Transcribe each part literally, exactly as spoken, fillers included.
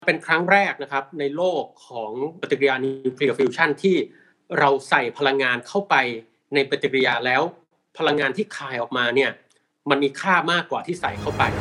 เป็นครั้งแรกนะครับในโลกของปฏิกิริยานิวเคลียร์ฟิวชันที่เราใส่พลังงานเข้าไปในปฏิกิริยาแล้วพลังงานที่คายออกมาเนี่ยมันมีค่ามากกว่าที่ใส่เข้าไป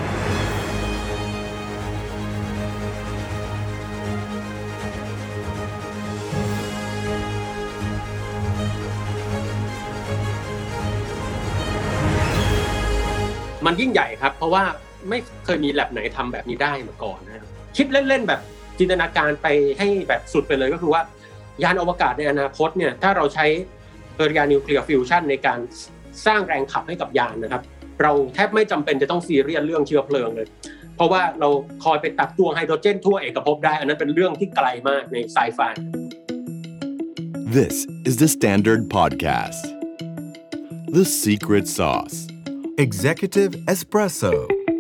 มันยิ่งใหญ่ครับเพราะว่าไม่เคยมีแลบไหนทำแบบนี้ได้มาก่อนนะครับคิดเล่นๆแบบจินตนาการไปให้แบบสุดไปเลยก็คือว่ายานอวกาศในอนาคตเนี่ยถ้าเราใช้ปฏิกิริยานิวเคลียร์ฟิวชันในการสร้างแรงขับให้กับยานนะครับเราแทบไม่จำเป็นจะต้องซีเรียสเรื่องเชื้อเพลิงเลยเพราะว่าเราคอยไปตักตวงไฮโดรเจนทั่วเอกภพได้อันนั้นเป็นเรื่องที่ไกลมากในไซไฟ This is the Standard Podcast The Secret Sauce Executive Espresso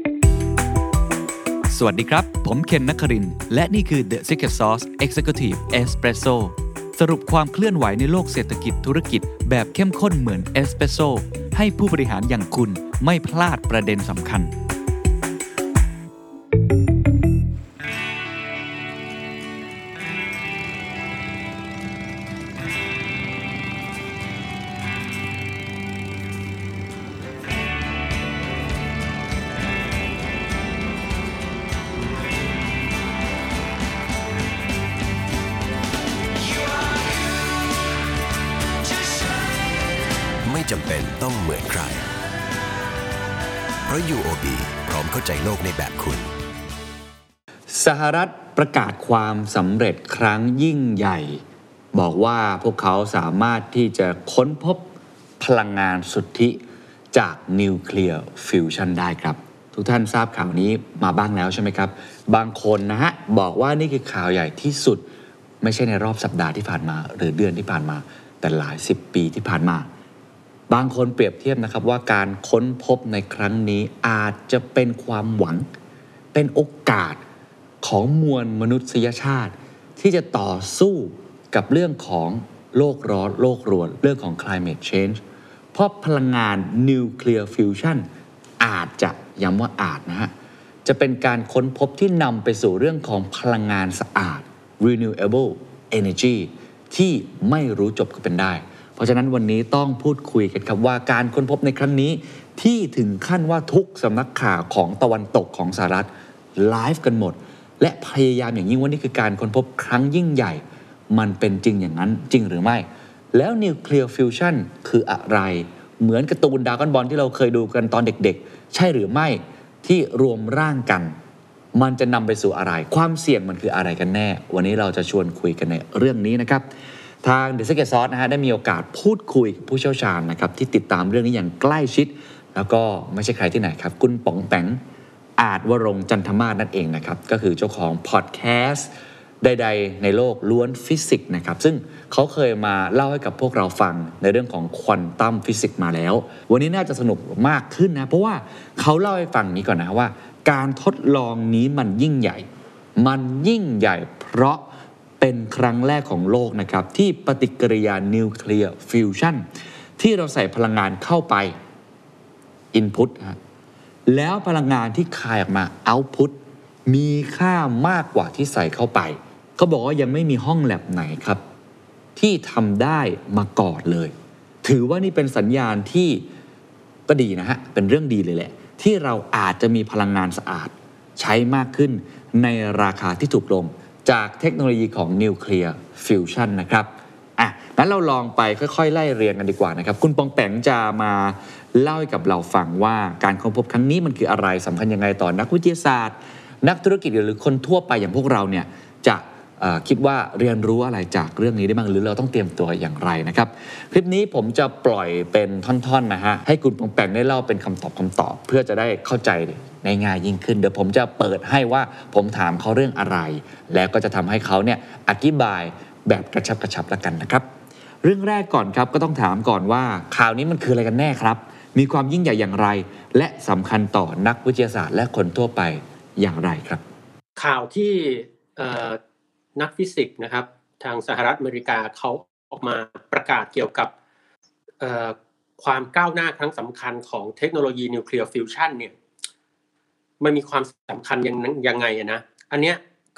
สวัสดีครับผมเคนนครินทร์และนี่คือ The Secret Sauce Executive Espresso สรุปความเคลื่อนไหวในโลกเศรษฐกิจธุรกิจแบบเข้มข้นเหมือนเอสเปรสโซ่ให้ผู้บริหารอย่างคุณไม่พลาดประเด็นสำคัญไม่จำเป็นต้องเหมือนใครเพราะ ยู โอ บี พร้อมเข้าใจโลกในแบบคุณสหรัฐประกาศความสำเร็จครั้งยิ่งใหญ่บอกว่าพวกเขาสามารถที่จะค้นพบพลังงานสุทธิจากนิวเคลียร์ฟิวชันได้ครับทุกท่านทราบข่าวนี้มาบ้างแล้วใช่ไหมครับบางคนนะฮะบอกว่านี่คือข่าวใหญ่ที่สุดไม่ใช่ในรอบสัปดาห์ที่ผ่านมาหรือเดือนที่ผ่านมาแต่หลายสิบปีที่ผ่านมาบางคนเปรียบเทียบนะครับว่าการค้นพบในครั้งนี้อาจจะเป็นความหวังเป็นโอกาสของมวลมนุษยชาติที่จะต่อสู้กับเรื่องของโลกร้อนโลกรวนเรื่องของ climate change เพราะพลังงานนิวเคลียร์ฟิวชันอาจจะย้ำว่าอาจนะฮะจะเป็นการค้นพบที่นำไปสู่เรื่องของพลังงานสะอาด renewable energy ที่ไม่รู้จบก็เป็นได้เพราะฉะนั้นวันนี้ต้องพูดคุยกันครับว่าการค้นพบในครั้งนี้ที่ถึงขั้นว่าทุกสำนักข่าวของตะวันตกของสหรัฐไลฟ์กันหมดและพยายามอย่างยิ่งว่านี่คือการค้นพบครั้งยิ่งใหญ่มันเป็นจริงอย่างนั้นจริงหรือไม่แล้วนิวเคลียร์ฟิวชันคืออะไรเหมือนการ์ตูนดราก้อนบอลที่เราเคยดูกันตอนเด็กๆใช่หรือไม่ที่รวมร่างกันมันจะนำไปสู่อะไรความเสี่ยงมันคืออะไรกันแน่วันนี้เราจะชวนคุยกันในเรื่องนี้นะครับทาง The Secret Sauce นะฮะได้มีโอกาสพูดคุยกับผู้เชี่ยวชาญนะครับที่ติดตามเรื่องนี้อย่างใกล้ชิดแล้วก็ไม่ใช่ใครที่ไหนครับคุณป๋องแปงอาจวรงค์จันทมาศนั่นเองนะครับก็คือเจ้าของพอดแคสต์ใดๆในโลกล้วนฟิสิกส์นะครับซึ่งเขาเคยมาเล่าให้กับพวกเราฟังในเรื่องของควอนตัมฟิสิกส์มาแล้ววันนี้น่าจะสนุกมากขึ้นนะเพราะว่าเขาเล่าให้ฟังนี้ก่อนนะว่าการทดลองนี้มันยิ่งใหญ่มันยิ่งใหญ่เพราะเป็นครั้งแรกของโลกนะครับที่ปฏิกิริยานิวเคลียร์ฟิวชันที่เราใส่พลังงานเข้าไป input ฮะแล้วพลังงานที่คายออกมา output มีค่ามากกว่าที่ใส่เข้าไปเขาบอกว่ายังไม่มีห้องแลบไหนครับที่ทำได้มาก่อนเลยถือว่านี่เป็นสัญญาณที่ก็ดีนะฮะเป็นเรื่องดีเลยแหละที่เราอาจจะมีพลังงานสะอาดใช้มากขึ้นในราคาที่ถูกลงจากเทคโนโลยีของนิวเคลียร์ฟิวชันนะครับอ่ะงั้นเราลองไปค่อยๆไล่เรียงกันดีกว่านะครับคุณปองแปงจะมาเล่าให้กับเราฟังว่าการค้นพบครั้งนี้มันคืออะไรสำคัญยังไงต่อนักวิทยาศาสตร์นักธุรกิจหรือคนทั่วไปอย่างพวกเราเนี่ยจะคิดว่าเรียนรู้อะไรจากเรื่องนี้ได้บ้างหรือเราต้องเตรียมตัวอย่างไรนะครับคลิปนี้ผมจะปล่อยเป็นท่อนๆนะฮะให้คุณปองแปงได้เล่าเป็นคำตอบคำตอบเพื่อจะได้เข้าใจง่ายๆยิ่งขึ้นเดี๋ยวผมจะเปิดให้ว่าผมถามเขาเรื่องอะไรแล้วก็จะทำให้เขาเนี่ยอธิบายแบบกระชับกระชับละกันนะครับเรื่องแรกก่อนครับก็ต้องถามก่อนว่าข่าวนี้มันคืออะไรกันแน่ครับมีความยิ่งใหญ่อย่างไรและสำคัญต่อนักวิทยาศาสตร์และคนทั่วไปอย่างไรครับข่าวที่นักฟิสิกส์นะครับทางสหรัฐอเมริกาเขาออกมาประกาศเกี่ยวกับความก้าวหน้าครั้งสำคัญของเทคโนโลยีนิวเคลียร์ฟิวชันเนี่ยมันมีความสำคัญยังยังไงนะอันเนี้ย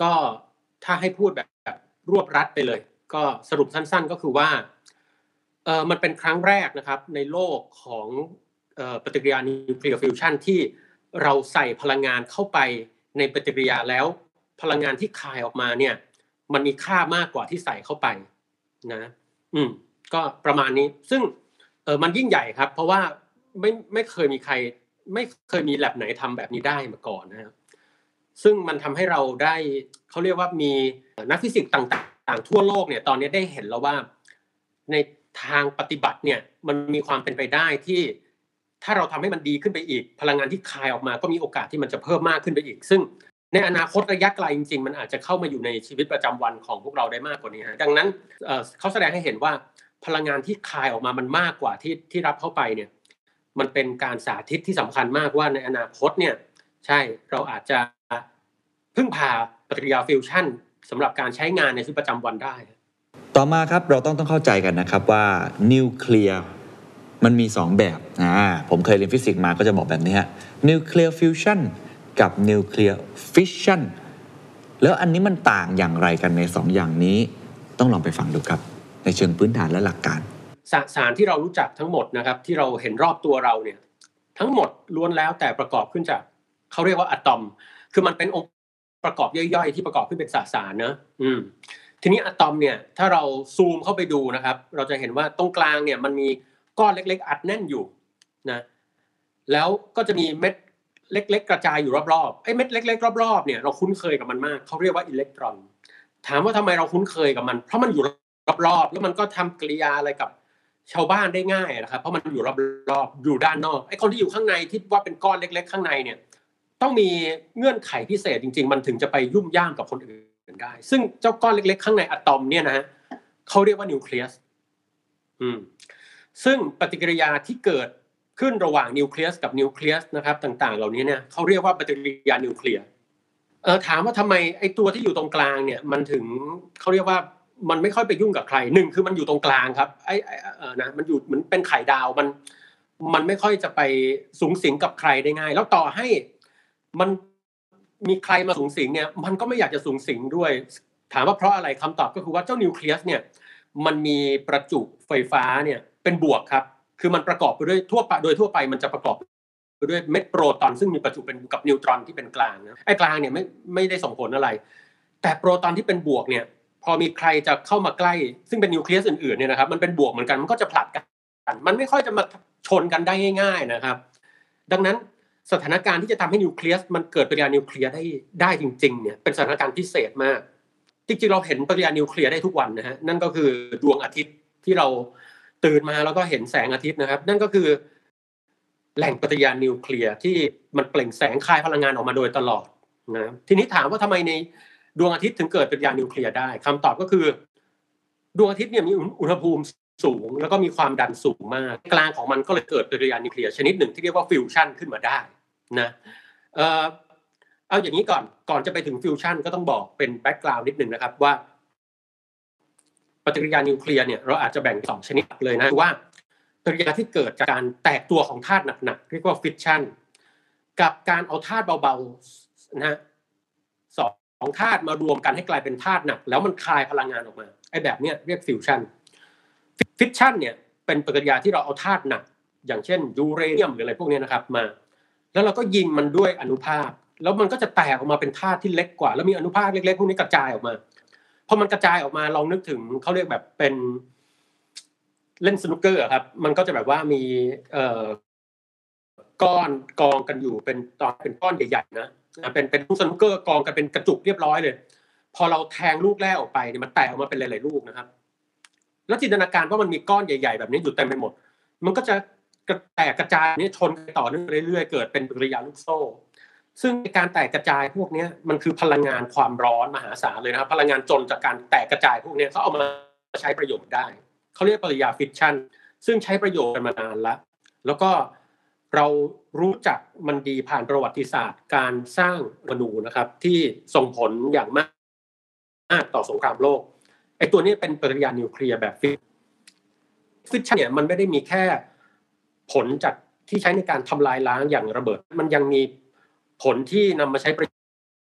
ก็ถ้าให้พูดแบบแบบรวบรัดไปเลยก็สรุปสั้นๆก็คือว่าเอ่อมันเป็นครั้งแรกนะครับในโลกของเอ่อปฏิกิริยานิวเคลียร์ฟิวชันที่เราใส่พลังงานเข้าไปในปฏิกิริยาแล้วพลังงานที่คายออกมาเนี่ยมันมีค่ามากกว่าที่ใส่เข้าไปนะอืมก็ประมาณนี้ซึ่งเออมันยิ่งใหญ่ครับเพราะว่าไม่ไม่เคยมีใครไม่เคยมีแลบไหนทำแบบนี้ได้มาก่อนนะครับซึ่งมันทำให้เราได้เขาเรียกว่ามีนักฟิสิกส์ต่างๆทั่วโลกเนี่ยตอนนี้ได้เห็นแล้วว่าในทางปฏิบัติเนี่ยมันมีความเป็นไปได้ที่ถ้าเราทำให้มันดีขึ้นไปอีกพลังงานที่คายออกมาก็มีโอกาสที่มันจะเพิ่มมากขึ้นไปอีกซึ่งในอนาคตระยะไกลจริงๆมันอาจจะเข้ามาอยู่ในชีวิตประจำวันของพวกเราได้มากกว่านี้ฮะดังนั้นเอ่อเขาแสดงให้เห็นว่าพลังงานที่คายออกมามันมากกว่าที่ที่รับเข้าไปเนี่ยมันเป็นการสาธิตที่สำคัญมากว่าในอนาคตเนี่ยใช่เราอาจจะพึ่งพาปฏิกิริยาฟิวชั่นสำหรับการใช้งานในชีวิตประจำวันได้ต่อมาครับเราต้องต้องเข้าใจกันนะครับว่านิวเคลียร์มันมีสองแบบอ่าผมเคยเรียนฟิสิกส์มาก็จะบอกแบบนี้ฮะนิวเคลียร์ฟิวชั่นกับนิวเคลียร์ฟิชชั่นแล้วอันนี้มันต่างอย่างไรกันในสองอย่างนี้ต้องลองไปฟังดูครับในเชิงพื้นฐานและหลักการสสารที่เรารู้จักทั้งหมดนะครับที่เราเห็นรอบตัวเราเนี่ยทั้งหมดล้วนแล้วแต่ประกอบขึ้นจากเขาเรียกว่าอะตอมคือมันเป็นองค์ประกอบย่อยๆที่ประกอบขึ้นเป็นสสารเนอะอืมทีนี้อะตอมเนี่ยถ้าเราซูมเข้าไปดูนะครับเราจะเห็นว่าตรงกลางเนี่ยมันมีก้อนเล็กๆอัดแน่นอยู่นะแล้วก็จะมีเม็ดเล็กๆกระจายอยู่รอบๆไอ้เม็ดเล็กๆรอบๆเนี่ยเราคุ้นเคยกับมันมากเขาเรียกว่าอิเล็กตรอนถามว่าทำไมเราคุ้นเคยกับมันเพราะมันอยู่รอบๆแล้วมันก็ทำกิริยาอะไรกับชาวบ้านได้ง่ายนะครับเพราะมันอยู่รอบๆอยู่ด้านนอกไอ้คนที่อยู่ข้างในที่ว่าเป็นก้อนเล็กๆข้างในเนี่ยต้องมีเงื่อนไขพิเศษจริงๆมันถึงจะไปยุ่มย่ามกับคนอื่นได้ซึ่งเจ้าก้อนเล็กๆข้างในอะตอมเนี่ยนะฮะเขาเรียกว่านิวเคลียสอืมซึ่งปฏิกิริยาที่เกิดขึ้นระหว่างนิวเคลียสกับนิวเคลียสนะครับต่างๆเหล่านี้เนี่ยเขาเรียกว่าปฏิกิริยานิวเคลียร์เออถามว่าทำไมไอ้ตัวที่อยู่ตรงกลางเนี่ยมันถึงเขาเรียกว่ามันไม่ค่อยไปยุ่งกับใครหนึ่งคือมันอยู่ตรงกลางครับไอ้เออนะมันอยู่เหมือนเป็นไข่ดาวมันมันไม่ค่อยจะไปสุงสิงกับใครได้ง่ายแล้วต่อให้มันมีใครมาสุงสิงเนี่ยมันก็ไม่อยากจะสุงสิงด้วยถามว่าเพราะอะไรคำตอบก็คือว่าเจ้านิวเคลียสเนี่ยมันมีประจุไฟฟ้าเนี่ยเป็นบวกครับคือมันประกอบไปด้วยทั่วไปโดยทั่วไปมันจะประกอบไปด้วยเม็ดโปรตอนซึ่งมีประจุเป็นกับนิวตรอนที่เป็นกลางนะไอ้กลางเนี่ยไม่ไม่ได้ส่งผลอะไรแต่โปรตอนที่เป็นบวกเนี่ยพอมีใครจะเข้ามาใกล้ซึ่งเป็นนิวเคลียสอื่นๆเนี่ยนะครับมันเป็นบวกเหมือนกันมันก็จะผลัดกันมันไม่ค่อยจะมาชนกันได้ง่ายๆนะครับดังนั้นสถานการณ์ที่จะทำให้นิวเคลียสมันเกิดปฏิกิริยานิวเคลียร์ได้ได้จริงๆเนี่ยเป็นสถานการณ์พิเศษมากจริงๆเราเห็นปฏิกิริยานิวเคลียร์ได้ทุกวันนะฮะนั่นก็คือดวงอาทิตย์ที่เราตื่นมาแล้วก็เห็นแสงอาทิตย์นะครับนั่นก็คือแหล่งปฏิกิริยานิวเคลียร์ที่มันเปล่งแสงคายพลังงานออกมาโดยตลอดนะทีนี้ถามว่าทำไมในดวงอาทิตย์ถึงเกิดปฏิกิริยานิวเคลียร์ได้คำตอบก็คือดวงอาทิตย์เนี่ยมีอุณหภูมิสูงแล้วก็มีความดันสูงมากกลางของมันก็เลยเกิดปฏิกิริยานิวเคลียร์ชนิดหนึ่งที่เรียกว่าฟิวชั่นขึ้นมาได้นะเอ่อเอาอย่างนี้ก่อนก่อนจะไปถึงฟิวชั่นก็ต้องบอกเป็นแบ็คกราวด์นิดนึงนะครับว่าปฏิกิริยานิวเคลียร์เนี่ยเราอาจจะแบ่งสองชนิดเลยนะว่าปฏิกิริยาที่เกิดจากการแตกตัวของธาตุหนักๆเรียกว่าฟิชชั่นกับการเอาธาตุเบาๆนะฮะสองธาตุมารวมกันให้กลายเป็นธาตุหนักแล้วมันคายพลังงานออกมาไอ้แบบเนี้ยเรียกฟิวชั่นฟิชชั่นเนี่ยเป็นปฏิกิริยาที่เราเอาธาตุหนักอย่างเช่นยูเรเนียมหรืออะไรพวกนี้นะครับมาแล้วเราก็ยิงมันด้วยอนุภาคแล้วมันก็จะแตกออกมาเป็นธาตุที่เล็กกว่าแล้วมีอนุภาคเล็กๆพวกนี้กระจายออกมาพอมันกระจายออกมาลองนึกถึงเขาเรียกแบบเป็นเล่นสนุกเกอร์ครับมันก็จะแบบว่ามีเอ่อก้อนกองกันอยู่เป็นตอนเป็นก้อนใหญ่ๆนะเป็นเป็นลูกสนุกเกอร์กองกันเป็นกระจุกเรียบร้อยเลยพอเราแทงลูกแรกออกไปเนี่ยมันแตกออกมาเป็นหลายๆลูกนะครับแล้วจินตนาการว่ามันมีก้อนใหญ่ๆแบบนี้อยู่เต็มไปหมดมันก็จะแตกกระจายนี่ชนกันต่อเนื่องเรื่อยๆเกิดเป็นปฏิกิริยาลูกโซ่ซึ่งการแตกกระจายพวกนี้มันคือพลังงานความร้อนมหาศาลเลยนะครับพลังงานจนจากการแตกกระจายพวกนี้เขาเอามาใช้ประโยชน์ได้เขาเรียกปฏิกิริยาฟิชชั่นซึ่งใช้ประโยชน์กันมานานแล้วแล้วก็เรารู้จักมันดีผ่านประวัติศาสตร์การสร้างมนูนะครับที่ส่งผลอย่างมากต่อสงครามโลกไอ้ตัวนี้เป็นปฏิกิริยานิวเคลียร์แบบฟิชฟิชชั่นเนี่ยมันไม่ได้มีแค่ผลจากที่ใช้ในการทำลายล้างอย่างระเบิดมันยังมีผลที่นำมาใช้ประ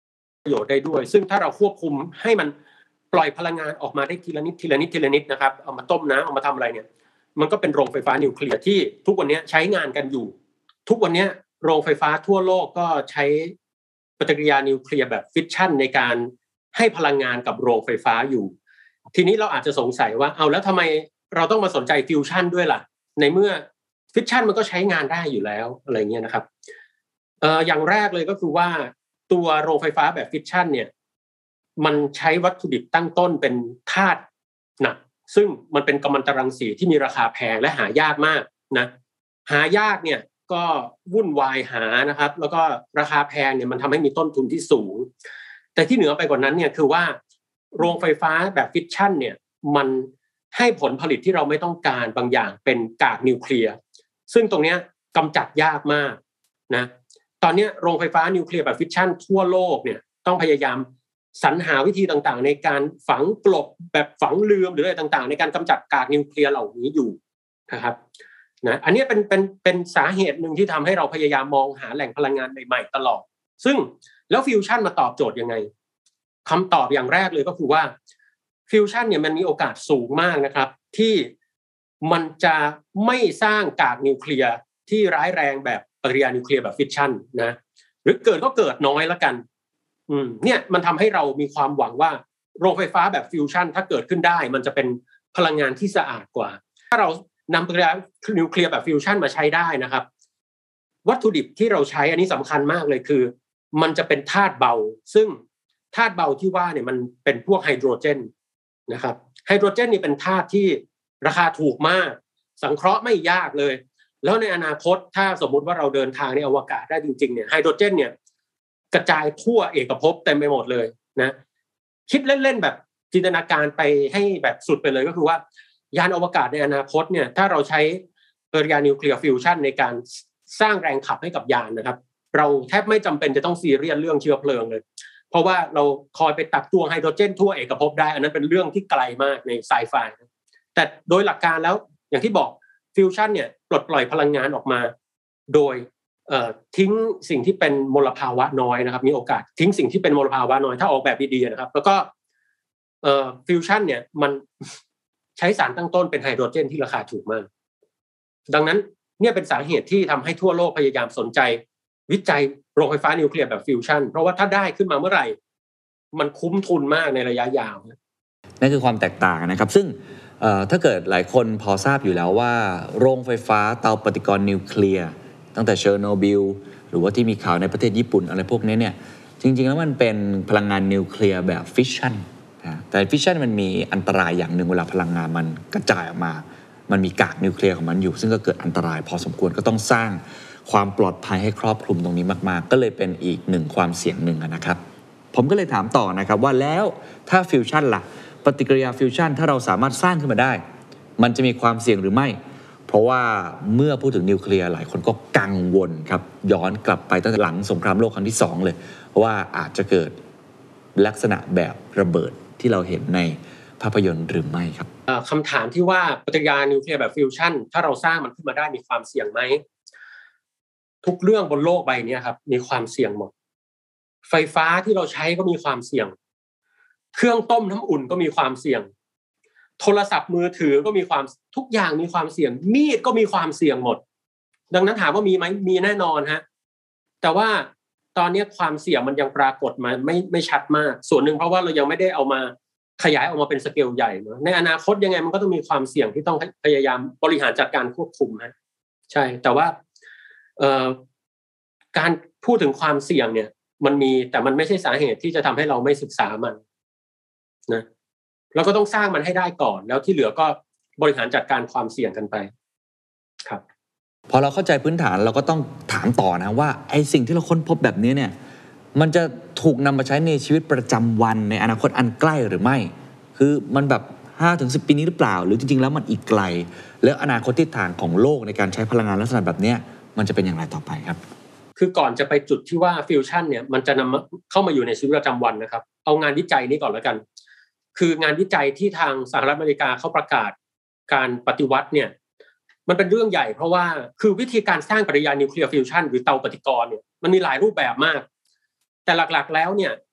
ประโยชน์ได้ด้วยซึ่งถ้าเราควบคุมให้มันปล่อยพลังงานออกมาได้ทีละนิดทีละนิดทีละนิดนะครับเอามาต้มน้ำเอามาทำอะไรเนี่ยมันก็เป็นโรงไฟฟ้านิวเคลียร์ที่ทุกวันนี้ใช้งานกันอยู่ทุกวันนี้โรงไฟฟ้าทั่วโลกก็ใช้ปฏิกิริยานิวเคลียร์แบบฟิชชั่นในการให้พลังงานกับโรงไฟฟ้าอยู่ทีนี้เราอาจจะสงสัยว่าเอาแล้วทำไมเราต้องมาสนใจฟิวชั่นด้วยล่ะในเมื่อฟิชชั่นมันก็ใช้งานได้อยู่แล้วอะไรเงี้ยนะครับเอ่ออย่างแรกเลยก็คือว่าตัวโรงไฟฟ้าแบบฟิชชั่นเนี่ยมันใช้วัตถุดิบตั้งต้นเป็นธาตุหนักซึ่งมันเป็นกัมมันตรังสีที่มีราคาแพงและหายากมากนะหายากเนี่ยก็วุ่นวายหานะครับแล้วก็ราคาแพงเนี่ยมันทำให้มีต้นทุนที่สูงแต่ที่เหนือไปกว่านั้นเนี่ยคือว่าโรงไฟฟ้าแบบฟิชชั่นเนี่ยมันให้ผลผลิตที่เราไม่ต้องการบางอย่างเป็นกากนิวเคลียร์ซึ่งตรงนี้กำจัดยากมากนะตอนนี้โรงไฟฟ้านิวเคลียร์แบบฟิชชั่นทั่วโลกเนี่ยต้องพยายามสรรหาวิธีต่างๆในการฝังกลบแบบฝังลืมหรืออะไรต่างๆในการกำจัดกากนิวเคลียร์เหล่านี้อยู่นะครับนะอันนี้เป็นเป็นเป็นสาเหตุหนึ่งที่ทำให้เราพยายามมองหาแหล่งพลังงานใหม่ๆตลอดซึ่งแล้วฟิวชั่นมาตอบโจทย์ยังไงคำตอบอย่างแรกเลยก็คือว่าฟิวชั่นเนี่ยมันมีโอกาสสูงมากนะครับที่มันจะไม่สร้างกากนิวเคลียร์ที่ร้ายแรงแบบปฏิกิริยานิวเคลียร์แบบฟิชชั่นนะหรือเกิดก็เกิดน้อยละกันอืมเนี่ยมันทำให้เรามีความหวังว่าโรงไฟฟ้าแบบฟิวชั่นถ้าเกิดขึ้นได้มันจะเป็นพลังงานที่สะอาดกว่าถ้าเรานำปฏิกิริยานิวเคลียร์แบบฟิวชั่นมาใช้ได้นะครับวัตถุดิบที่เราใช้อันนี้สำคัญมากเลยคือมันจะเป็นธาตุเบาซึ่งธาตุเบาที่ว่าเนี่ยมันเป็นพวกไฮโดรเจนนะครับไฮโดรเจนนี่เป็นธาตุที่ราคาถูกมากสังเคราะห์ไม่ยากเลยแล้วในอนาคตถ้าสมมุติว่าเราเดินทางในอวกาศได้จริงๆเนี่ยไฮโดรเจนเนี่ยกระจายทั่วเอกภพเต็มไปหมดเลยนะคิดเล่นๆแบบจินตนาการไปให้แบบสุดไปเลยก็คือว่ายานอวกาศในอนาคตเนี่ยถ้าเราใช้ปฏิกิริยานิวเคลียร์ฟิวชั่นในการสร้างแรงขับให้กับยานนะครับเราแทบไม่จำเป็นจะต้องซีเรียสเรื่องเชื้อเพลิงเลยเพราะว่าเราคอยไปตักตวงไฮโดรเจนทั่วเอกภพได้อันนั้นเป็นเรื่องที่ไกลมากในไซไฟแต่โดยหลักการแล้วอย่างที่บอกฟิวชั่นเนี่ยปลดปล่อยพลังงานออกมาโดยเอ่อทิ้งสิ่งที่เป็นมลภาวะน้อยนะครับมีโอกาสทิ้งสิ่งที่เป็นมลภาวะน้อยถ้าออกแบบดีๆนะครับแล้วก็เอ่อฟิวชั่นเนี่ยมันใช้สารตั้งต้นเป็นไฮโดรเจนที่ราคาถูกมากดังนั้นเนี่ยเป็นสาเหตุที่ทำให้ทั่วโลกพยายามสนใจวิจัยโรงไฟฟ้านิวเคลียร์แบบฟิวชั่นเพราะว่าถ้าได้ขึ้นมาเมื่อไหร่มันคุ้มทุนมากในระยะยาวนั่นคือความแตกต่างนะครับซึ่งถ้าเกิดหลายคนพอทราบอยู่แล้วว่าโรงไฟฟ้าเตาปฏิกรณ์นิวเคลียร์ตั้งแต่เชอร์โนบิลหรือว่าที่มีข่าวในประเทศญี่ปุ่นอะไรพวกนี้เนี่ยจริงๆแล้วมันเป็นพลังงานนิวเคลียร์แบบฟิชชั่นนะแต่ฟิชชั่นมันมีอันตรายอย่างหนึ่งเวลาพลังงานมันกระจายออกมามันมีกากนิวเคลียร์ของมันอยู่ซึ่งก็เกิดอันตรายพอสมควรก็ต้องสร้างความปลอดภัยให้ครอบคลุมตรงนี้มากๆก็เลยเป็นอีกหนึ่งความเสี่ยงหนึ่งนะครับผมก็เลยถามต่อนะครับว่าแล้วถ้าฟิวชั่นล่ะปฏิกิริยาฟิวชั่นถ้าเราสามารถสร้างขึ้นมาได้มันจะมีความเสี่ยงหรือไม่เพราะว่าเมื่อพูดถึงนิวเคลียร์หลายคนก็กังวลครับย้อนกลับไปตั้งแต่หลังสงครามโลกครั้งที่สองเลยเพราะว่าอาจจะเกิดลักษณะแบบระเบิดที่เราเห็นในภาพยนตร์หรือไม่ครับคำถามที่ว่าปฏิกิริยานิวเคลียร์แบบฟิวชั่นถ้าเราสร้างมันขึ้นมาได้มีความเสี่ยงไหมทุกเรื่องบนโลกใบนี้ครับมีความเสี่ยงหมดไฟฟ้าที่เราใช้ก็มีความเสี่ยงเครื่องต้มน้ำอุ่นก็มีความเสี่ยงโทรศัพท์มือถือก็มีความทุกอย่างมีความเสี่ยงมีดก็มีความเสี่ยงหมดดังนั้นถามว่ามีไหมมีแน่นอนฮะแต่ว่าตอนนี้ความเสี่ยงมันยังปรากฏมาไม่ไม่ชัดมากส่วนหนึ่งเพราะว่าเรายังไม่ได้เอามาขยายออกมาเป็นสเกลใหญ่เนอะในอนาคตยังไงมันก็ต้องมีความเสี่ยงที่ต้องพยายามบริหารจัดการควบคุมฮะใช่แต่ว่าเอ่อการพูดถึงความเสี่ยงเนี่ยมันมีแต่มันไม่ใช่สาเหตุที่จะทำให้เราไม่ศึกษามันนะเราก็ต้องสร้างมันให้ได้ก่อนแล้วที่เหลือก็บริหารจัดการความเสี่ยงกันไปครับพอเราเข้าใจพื้นฐานเราก็ต้องถามต่อนะว่าไอ้สิ่งที่เราค้นพบแบบนี้เนี่ยมันจะถูกนำมาใช้ในชีวิตประจำวันในอนาคตอันใกล้หรือไม่คือมันแบบ ห้าถึงสิบ ปีนี้หรือเปล่าหรือจริงๆแล้วมันอีกไกลแล้วอนาคตทิศทางของโลกในการใช้พลังงานลักษณะแบบนี้มันจะเป็นอย่างไรต่อไปครับคือก่อนจะไปจุดที่ว่าฟิวชั่นเนี่ยมันจะนำเข้ามาอยู่ในชีวิตประจำวันนะครับเอางานวิจัยนี้ก่อนแล้วกันคืองานวิจัยที่ทางสหรัฐอเมริกาเขาประกาศการปฏิวัติเนี่ยมันเป็นเรื่องใหญ่เพราะว่าคือวิธีการสร้างปฏิกิริยานิวเคลียร์ฟิวชั่นหรือเตาปฏิกรณ์เนี่ยมันมีหลายรูปแบบมากแต่หลักๆแล้วเนี่ย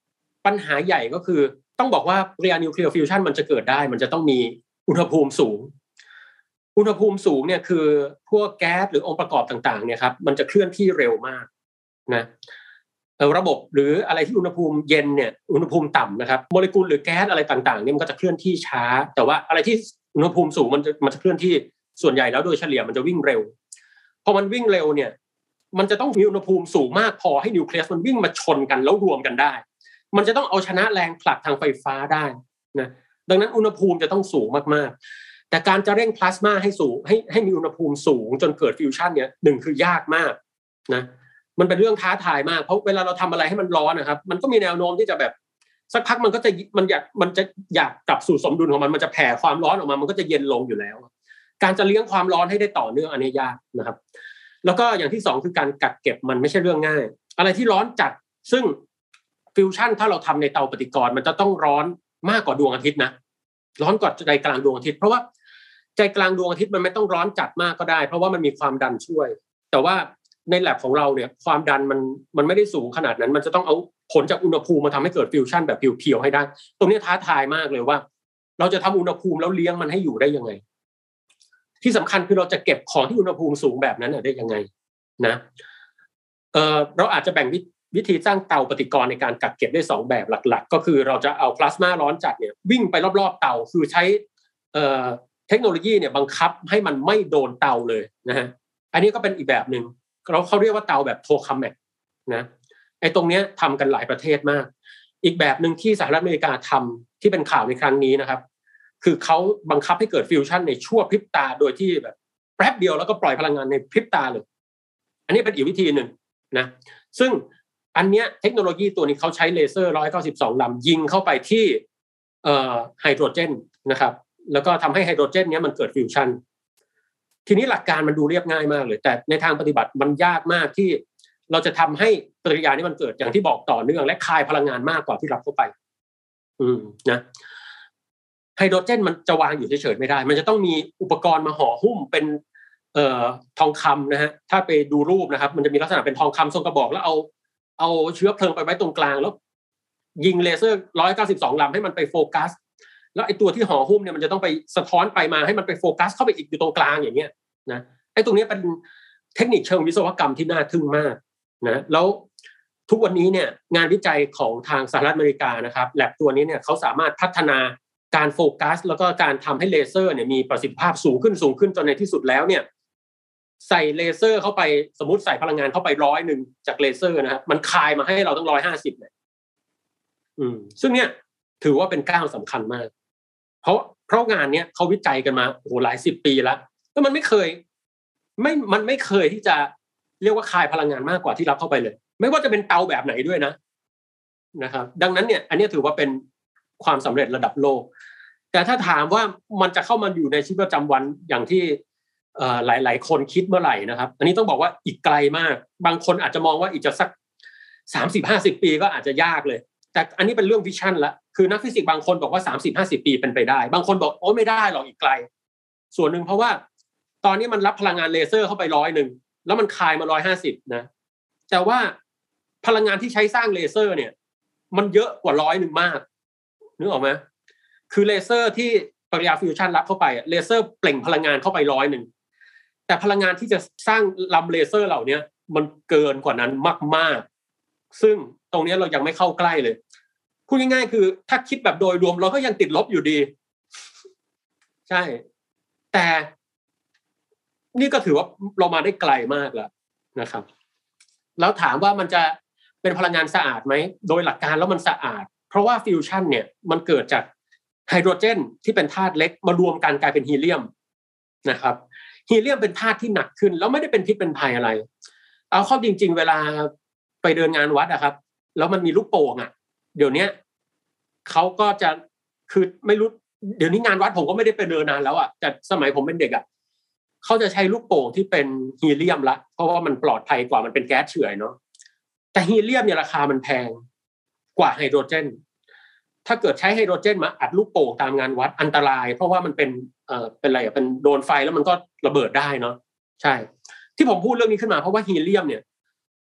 ปัญหาใหญ่ก็คือต้องบอกว่าปฏิกิริยานิวเคลียร์ฟิวชันมันจะเกิดได้มันจะต้องมีอุณหภูมิสูงอุณหภูมิสูงเนี่ยคือพวกแก๊สหรือองค์ประกอบต่างๆเนี่ยครับมันจะเคลื่อนที่เร็วมากนะระบบหรืออะไรที่อุณหภูมิเย็นเนี่ยอุณหภูมิต่ำนะครับโมเลกุลหรือแก๊สอะไรต่างๆเนี่ยมันก็จะเคลื่อนที่ช้าแต่ว่าอะไรที่อุณหภูมิสูงมันจะมันจะเคลื่อนที่ส่วนใหญ่แล้วโดยเฉลี่ยมันจะวิ่งเร็วพอมันวิ่งเร็วเนี่ยมันจะต้องมีอุณหภูมิสูงมากพอให้นิวเคลียสมันวิ่งมาชนกันแล้วรวมกันได้มันจะต้องเอาชนะแรงผลักทางไฟฟ้าได้นะดังนั้นอุณหภูมิจะต้องสูงมากๆแต่การจะเร่งพลาสมาให้สูงให้ให้มีอุณหภูมิสูงจนเกิดฟิวชั่นเนี่ยหนึ่งคือยากมากนะมันเป็นเรื่องท้าทายมากเพราะเวลาเราทำอะไรให้มันร้อนนะครับมันก็มีแนวโน้มที่จะแบบสักพักมันก็จะมันอยากมันจะอยากกลับสู่สมดุลของมันมันจะแผ่ความร้อนออกมามันก็จะเย็นลงอยู่แล้วการจะเลี้ยงความร้อนให้ได้ต่อเนื่องอันนี้ยากนะครับแล้วก็อย่างที่สองคือการกักเก็บมันไม่ใช่เรื่องง่ายอะไรที่ร้อนจัดซึ่งฟิวชั่นถ้าเราทำในเตาปฏิกรณ์มันจะต้องร้อนมากกว่าดวงอาทิตย์นะร้อนกว่าใจกลางดวงอาทิตย์เพราะว่าใจกลางดวงอาทิตย์มันไม่ต้องร้อนจัดมากก็ได้เพราะว่ามันมีความดันช่วยแต่ว่าในแลบของเราเนี่ยความดันมันมันไม่ได้สูงขนาดนั้นมันจะต้องเอาผลจากอุณหภูมิมาทำให้เกิดฟิวชั่นแบบเพียวๆให้ได้ตรงนี้ท้าทายมากเลยว่าเราจะทำอุณหภูมิแล้วเลี้ยงมันให้อยู่ได้ยังไงที่สำคัญคือเราจะเก็บของที่อุณหภูมิสูงแบบนั้นได้ยังไงนะเออเราอาจจะแบ่งวิธีสร้างเตาปฏิกรณ์ในการกักเก็บได้สองแบบหลักๆก็คือเราจะเอาพลาสมาร้อนจัดเนี่ยวิ่งไปรอบๆเตาคือใช้เอ่อเทคโนโลยีเนี่ยบังคับให้มันไม่โดนเตาเลยนะฮะอันนี้ก็เป็นอีกแบบนึงเราเขาเรียกว่าเตาแบบโทคาแมกนะไอ้ตรงเนี้ยทำกันหลายประเทศมากอีกแบบนึงที่สหรัฐอเมริกาทำที่เป็นข่าวในครั้งนี้นะครับคือเขาบังคับให้เกิดฟิวชั่นในชั่วพริบตาโดยที่แบบแป๊บเดียวแล้วก็ปล่อยพลังงานในพริบตาเลยอันนี้เป็นอีกวิธีนึงนะซึ่งอันเนี้ยเทคโนโลยีตัวนี้เขาใช้เลเซอร์หนึ่งร้อยเก้าสิบสองลำยิงเข้าไปที่เอ่อไฮโดรเจนนะครับแล้วก็ทำให้ไฮโดรเจนเนี้ยมันเกิดฟิวชั่นทีนี้หลักการมันดูเรียบง่ายมากเลยแต่ในทางปฏิบัติมันยากมากที่เราจะทำให้ปฏิกิริยานี้มันเกิดอย่างที่บอกต่อเนื่องและคายพลังงานมากกว่าที่รับเข้าไปอืมนะไฮโดรเจนมันจะวางอยู่เฉยๆไม่ได้มันจะต้องมีอุปกรณ์มาห่อหุ้มเป็นเอ่อทองคำนะฮะถ้าไปดูรูปนะครับมันจะมีลักษณะเป็นทองคำทรงกระบอกแล้วเอาเอาเชื้อเพลิงไปไว้ตรงกลางแล้วยิงเลเซอร์หนึ่งร้อยเก้าสิบสองลำให้มันไปโฟกัสแล้วไอ้ตัวที่ห่อหุ้มเนี่ยมันจะต้องไปสะท้อนไปมาให้มันไปโฟกัสเข้าไปอีกอยู่ตรงกลางอย่างเงี้ยนะไอ้ตรงนี้เป็นเทคนิคเชิงวิศวกรรมที่น่าทึ่งมากนะแล้วทุกวันนี้เนี่ยงานวิจัยของทางสหรัฐอเมริกานะครับแลบตัวนี้เนี่ยเขาสามารถพัฒนาการโฟกัสแล้วก็การทำให้เลเซอร์เนี่ยมีประสิทธิภาพสูงขึ้นสูงขึ้นจนในที่สุดแล้วเนี่ยใส่เลเซอร์เข้าไปสมมุติใส่พลังงานเข้าไปร้อยหนึ่งจากเลเซอร์นะครับมันคายมาให้เราตั้งร้อยห้าสิบเนี่ยอืมซึ่งเนี่ยถือว่าเป็นก้าวสำคัญมากเพราะเพราะงานเนี้ยเขาวิจัยกันมาโอ้โหหลายสิบปีแล้วแล้วมันไม่เคยไม่มันไม่เคยที่จะเรียกว่าคายพลังงานมากกว่าที่รับเข้าไปเลยไม่ว่าจะเป็นเตาแบบไหนด้วยนะนะครับดังนั้นเนี่ยอันนี้ถือว่าเป็นความสำเร็จระดับโลกแต่ถ้าถามว่ามันจะเข้ามาอยู่ในชีวิตประจำวันอย่างที่หลายๆคนคิดเมื่อไหร่นะครับอันนี้ต้องบอกว่าอีกไกลมากบางคนอาจจะมองว่าอีกจะสัก สามสิบห้าสิบ ปีก็อาจจะยากเลยแต่อันนี้เป็นเรื่องวิชั่นละคือนักฟิสิกส์บางคนบอกว่า สามสิบห้าสิบ ปีเป็นไปได้บางคนบอกโอ้ไม่ได้หรอกอีกไกลส่วนหนึ่งเพราะว่าตอนนี้มันรับพลังงานเลเซอร์เข้าไปร้อยหนึ่งแล้วมันคายมาหนึ่งร้อยห้าสิบนะแต่ว่าพลังงานที่ใช้สร้างเลเซอร์เนี่ยมันเยอะกว่าร้อยหนึ่งมากนึกออกไหมคือเลเซอร์ที่ปฏิกิริยาฟิวชั่นรับเข้าไปเลเซอร์เปล่งพลังงานเข้าไปร้อยหนึ่งแต่พลังงานที่จะสร้างลำเลเซอร์เหล่านี้มันเกินกว่านั้นมากๆซึ่งตรงนี้เรายังไม่เข้าใกล้เลยพูดง่ายๆคือถ้าคิดแบบโดยรวมเราก็ยังติดลบอยู่ดีใช่แต่นี่ก็ถือว่าเรามาได้ไกลมากแล้วนะครับแล้วถามว่ามันจะเป็นพลังงานสะอาดไหมโดยหลักการแล้วมันสะอาดเพราะว่าฟิวชั่นเนี่ยมันเกิดจากไฮโดรเจนที่เป็นธาตุเล็กมารวมกันกลายเป็นฮีเลียมนะครับฮีเลียมเป็นธาตุที่หนักขึ้นแล้วไม่ได้เป็นพิษเป็นภัยอะไรเอาเข้าจริงๆเวลาไปเดินงานวัดอะครับแล้วมันมีลูกโป่งอะเดี๋ยวนี้เขาก็จะคือไม่รู้เดี๋ยวนี้งานวัดผมก็ไม่ได้ไปเดินนานแล้วอะแต่สมัยผมเป็นเด็กอะเขาจะใช้ลูกโป่งที่เป็นฮีเลียมละเพราะว่ามันปลอดภัยกว่ามันเป็นแก๊สเฉื่อยเนาะแต่ฮีเลียมเนี่ยราคามันแพงกว่าไฮโดรเจนถ้าเกิดใช้ไฮโดรเจนมาอัดลูกโป่งตามงานวัดอันตรายเพราะว่ามันเป็นเอ่อเป็นอะไรอ่ะเป็นโดนไฟแล้วมันก็ระเบิดได้เนาะใช่ที่ผมพูดเรื่องนี้ขึ้นมาเพราะว่าฮีเลียมเนี่ย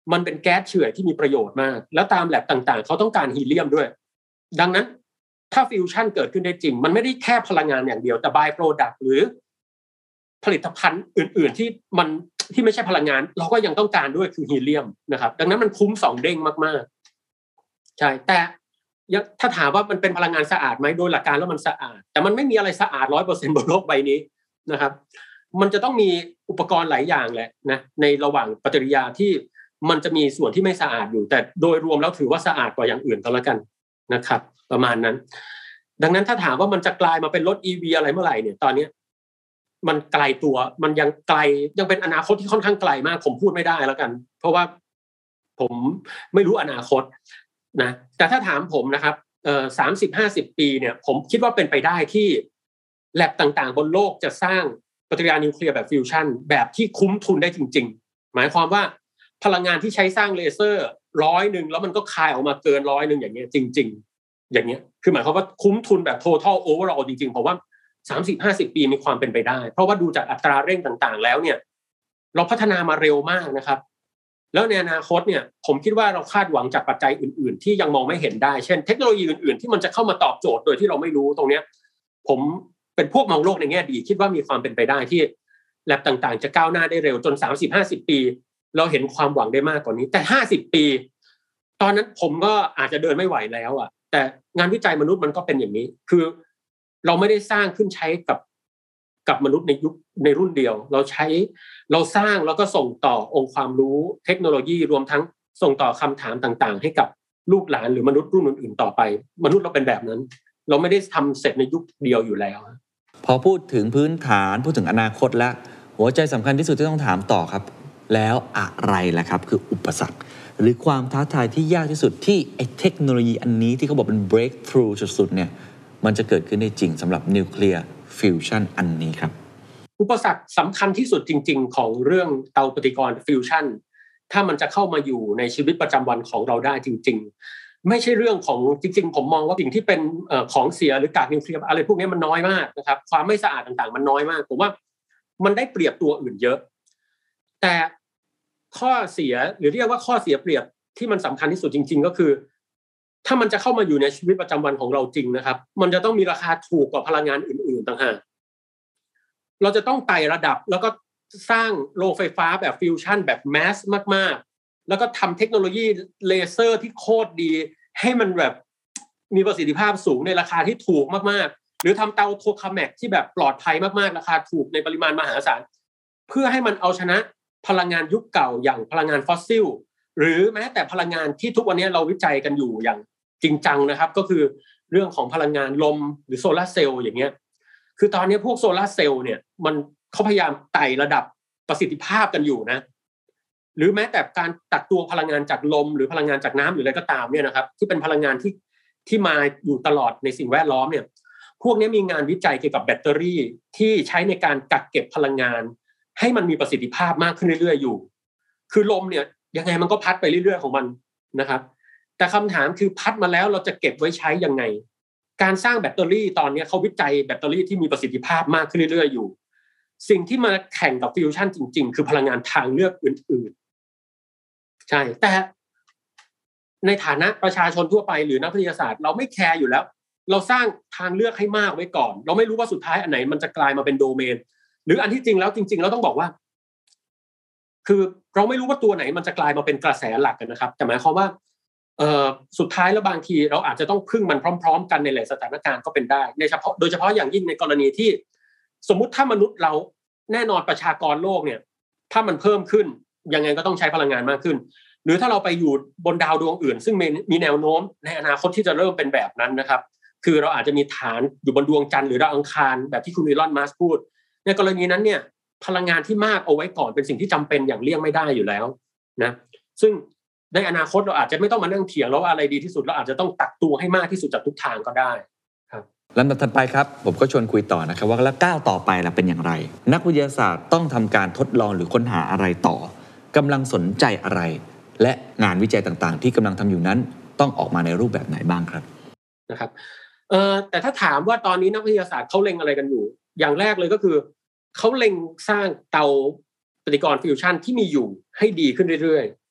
มันเป็นแก๊สเฉื่อยที่มีประโยชน์มากแล้วตามแลบต่างๆเขาต้องการฮีเลียมด้วยดังนั้นถ้าฟิวชั่นเกิดขึ้นได้จริงมันไม่ได้แค่พลังงานอย่างเดียวแต่บายโปรดักต์หรือผลิตภัณฑ์อื่นๆที่มันที่ไม่ใช่พลังงานเราก็ยังต้องการด้วยคือฮีเลียมนะครับดังนั้นมันคุ้มสองเด้งมากๆใช่แต่ถ้าถามว่ามันเป็นพลังงานสะอาดไหมโดยหลักการแล้วมันสะอาดแต่มันไม่มีอะไรสะอาด ร้อยเปอร์เซ็นต์ บนโลกใบนี้นะครับมันจะต้องมีอุปกรณ์หลายอย่างแหละนะในระหว่างปฏิกิริยาที่มันจะมีส่วนที่ไม่สะอาดอยู่แต่โดยรวมแล้วถือว่าสะอาดกว่าอย่างอื่นก็แล้วกันนะครับประมาณนั้นดังนั้นถ้าถามว่ามันจะกลายมาเป็นรถ อี วี อะไรเมื่อไหร่เนี่ยตอนนี้มันไกลตัวมันยังไกลยังเป็นอนาคตที่ค่อนข้างไกลมากผมพูดไม่ได้แล้วกันเพราะว่าผมไม่รู้อนาคตนะแต่ถ้าถามผมนะครับเอ่อสามสิบ ห้าสิบปีเนี่ยผมคิดว่าเป็นไปได้ที่แลบต่างๆบนโลกจะสร้างปฏิกิริยานิวเคลียร์แบบฟิวชั่นแบบที่คุ้มทุนได้จริงๆหมายความว่าพลังงานที่ใช้สร้างเลเซอร์ร้อยหนึ่งแล้วมันก็คายออกมาเกินร้อยหนึ่งอย่างเงี้ยจริงๆอย่างเงี้ยคือหมายความว่าคุ้มทุนแบบ total overall จริงๆเพราะว่าสามสิบ ห้าสิบปีมีความเป็นไปได้เพราะว่าดูจากอัตราเร่งต่างๆแล้วเนี่ยเราพัฒนามาเร็วมากนะครับแล้วในอนาคตเนี่ยผมคิดว่าเราคาดหวังจากปัจจัยอื่นๆที่ยังมองไม่เห็นได้เช่นเทคโนโลยีอื่นๆที่มันจะเข้ามาตอบโจทย์โดยที่เราไม่รู้ตรงเนี้ยผมเป็นพวกมองโลกในแง่ดีคิดว่ามีความเป็นไปได้ที่แลบต่างๆจะก้าวหน้าได้เร็วจน สามสิบ ห้าสิบ ปีเราเห็นความหวังได้มากกว่านี้แต่ห้าสิบปีตอนนั้นผมก็อาจจะเดินไม่ไหวแล้วอ่ะแต่งานวิจัยมนุษย์มันก็เป็นอย่างนี้คือเราไม่ได้สร้างขึ้นใช้กับกับมนุษย์ในยุคในรุ่นเดียวเราใช้เราสร้างแล้วก็ส่งต่อองค์ความรู้เทคโนโลยีรวมทั้งส่งต่อคำถามต่างๆให้กับลูกหลานหรือมนุษย์รุ่นอื่นๆต่อไปมนุษย์เราเป็นแบบนั้นเราไม่ได้ทำเสร็จในยุคเดียวอยู่แล้วพอพูดถึงพื้นฐานพูดถึงอนาคตแล้วหัวใจสำคัญที่สุดที่ต้องถามต่อครับแล้วอะไรล่ะครับคืออุปสรรคหรือความท้าทายที่ยากที่สุดที่ไอ้เทคโนโลยีอันนี้ที่เขาบอกเป็น breakthrough สุดๆเนี่ยมันจะเกิดขึ้นได้จริงสำหรับนิวเคลียร์ฟิวชั่นอันนี้ครับอุปสรรคสำคัญที่สุดจริงๆของเรื่องเตาปฏิกรณ์ฟิวชั่นถ้ามันจะเข้ามาอยู่ในชีวิตประจำวันของเราได้จริงๆไม่ใช่เรื่องของจริงๆผมมองว่าสิ่งที่เป็นเอ่อของเสียหรือกากนิวเคลียร์อะไรพวกนี้มันน้อยมากนะครับความไม่สะอาดต่างๆมันน้อยมากผมว่ามันได้เปรียบตัวอื่นเยอะแต่ข้อเสียหรือเรียกว่าข้อเสียเปรียบที่มันสำคัญที่สุดจริงๆก็คือถ้ามันจะเข้ามาอยู่ในชีวิตประจำวันของเราจริงนะครับมันจะต้องมีราคาถูกกว่าพลังงานอื่นๆต่างหากเราจะต้องไต่ระดับแล้วก็สร้างโรงไฟฟ้าแบบฟิวชั่นแบบแมสมากๆแล้วก็ทำเทคโนโลยีเลเซอร์ที่โคตรดีให้มันแบบมีประสิทธิภาพสูงในราคาที่ถูกมากๆหรือทำเตาโทคาแมกที่แบบปลอดภัยมากๆราคาถูกในปริมาณมหาศาลเพื่อให้มันเอาชนะพลังงานยุคเก่าอย่างพลังงานฟอสซิลหรือแม้แต่พลังงานที่ทุกวันนี้เราวิจัยกันอยู่อย่างจริงจังนะครับก็คือเรื่องของพลังงานลมหรือโซลาร์เซลล์อย่างเงี้ยคือตอนนี้พวกโซลาร์เซลล์เนี่ยมันเขาพยายามไต่ระดับประสิทธิภาพกันอยู่นะหรือแม้แต่การตัดตัวพลังงานจากลมหรือพลังงานจากน้ำหรืออะไรก็ตามเนี่ยนะครับที่เป็นพลังงานที่ที่มาอยู่ตลอดในสิ่งแวดล้อมเนี่ยพวกนี้มีงานวิจัยเกี่ยวกับแบตเตอรี่ที่ใช้ในการกักเก็บพลังงานให้มันมีประสิทธิภาพมากขึ้นเรื่อยๆอยู่คือลมเนี่ยยังไงมันก็พัดไปเรื่อยๆของมันนะครับแต่คำถามคือพัดมาแล้วเราจะเก็บไว้ใช้ยังไงการสร้างแบตเตอรี่ตอนนี้เขาวิจัยแบตเตอรี่ที่มีประสิทธิภาพมากขึ้นเรื่อยๆอยู่สิ่งที่มาแข่งกับฟิวชั่นจริงๆคือพลังงานทางเลือกอื่นๆใช่แต่ในฐานะประชาชนทั่วไปหรือนักวิทยาศาสตร์เราไม่แคร์อยู่แล้วเราสร้างทางเลือกให้มากไว้ก่อนเราไม่รู้ว่าสุดท้ายอันไหนมันจะกลายมาเป็นโดเมนหรืออันที่จริงแล้วจริงๆเราต้องบอกว่าคือเราไม่รู้ว่าตัวไหนมันจะกลายมาเป็นกระแสหลักกันนะครับแต่หมายความว่าเอ่อสุดท้ายแล้วบางทีเราอาจจะต้องพึ่งมันพร้อมๆกันในหลายสถานการณ์ก็เป็นได้ในเฉพาะโดยเฉพาะอย่างยิ่งในกรณีที่สมมุติถ้ามนุษย์เราแน่นอนประชากรโลกเนี่ยถ้ามันเพิ่มขึ้นยังไงก็ต้องใช้พลังงานมากขึ้นหรือถ้าเราไปอยู่บนดาวดวงอื่นซึ่งมีแนวโน้มในอนาคตที่จะเริ่มเป็นแบบนั้นนะครับคือเราอาจจะมีฐานอยู่บนดวงจันทร์หรือดาวอังคารแบบที่คุณอีลอนมัสก์พูดในกรณีนั้นเนี่ยพลังงานที่มากเอาไว้ก่อนเป็นสิ่งที่จำเป็นอย่างเลี่ยงไม่ได้อยู่แล้วนะซึ่งในอนาคตเราอาจจะไม่ต้องมานั่งเถียงแล้วว่าอะไรดีที่สุดเราอาจจะต้องตักตัวให้มากที่สุดจากทุกทางก็ได้ครับลำดับถัดไปครับผมก็ชวนคุยต่อนะครับว่าแล้วก้าวต่อไปล่ะเป็นอย่างไรนักวิทยาศาสตร์ต้องทำการทดลองหรือค้นหาอะไรต่อกำลังสนใจอะไรและงานวิจัยต่างๆที่กำลังทำอยู่นั้นต้องออกมาในรูปแบบไหนบ้างครับนะครับเอ่อแต่ถ้าถามว่าตอนนี้นักวิทยาศาสตร์เขาเล็งอะไรกันอยู่อย่างแรกเลยก็คือเขาเล็งสร้างเตาปฏิกรณ์ฟิวชั่นที่มีอยู่ให้ดีขึ้นเรื่อย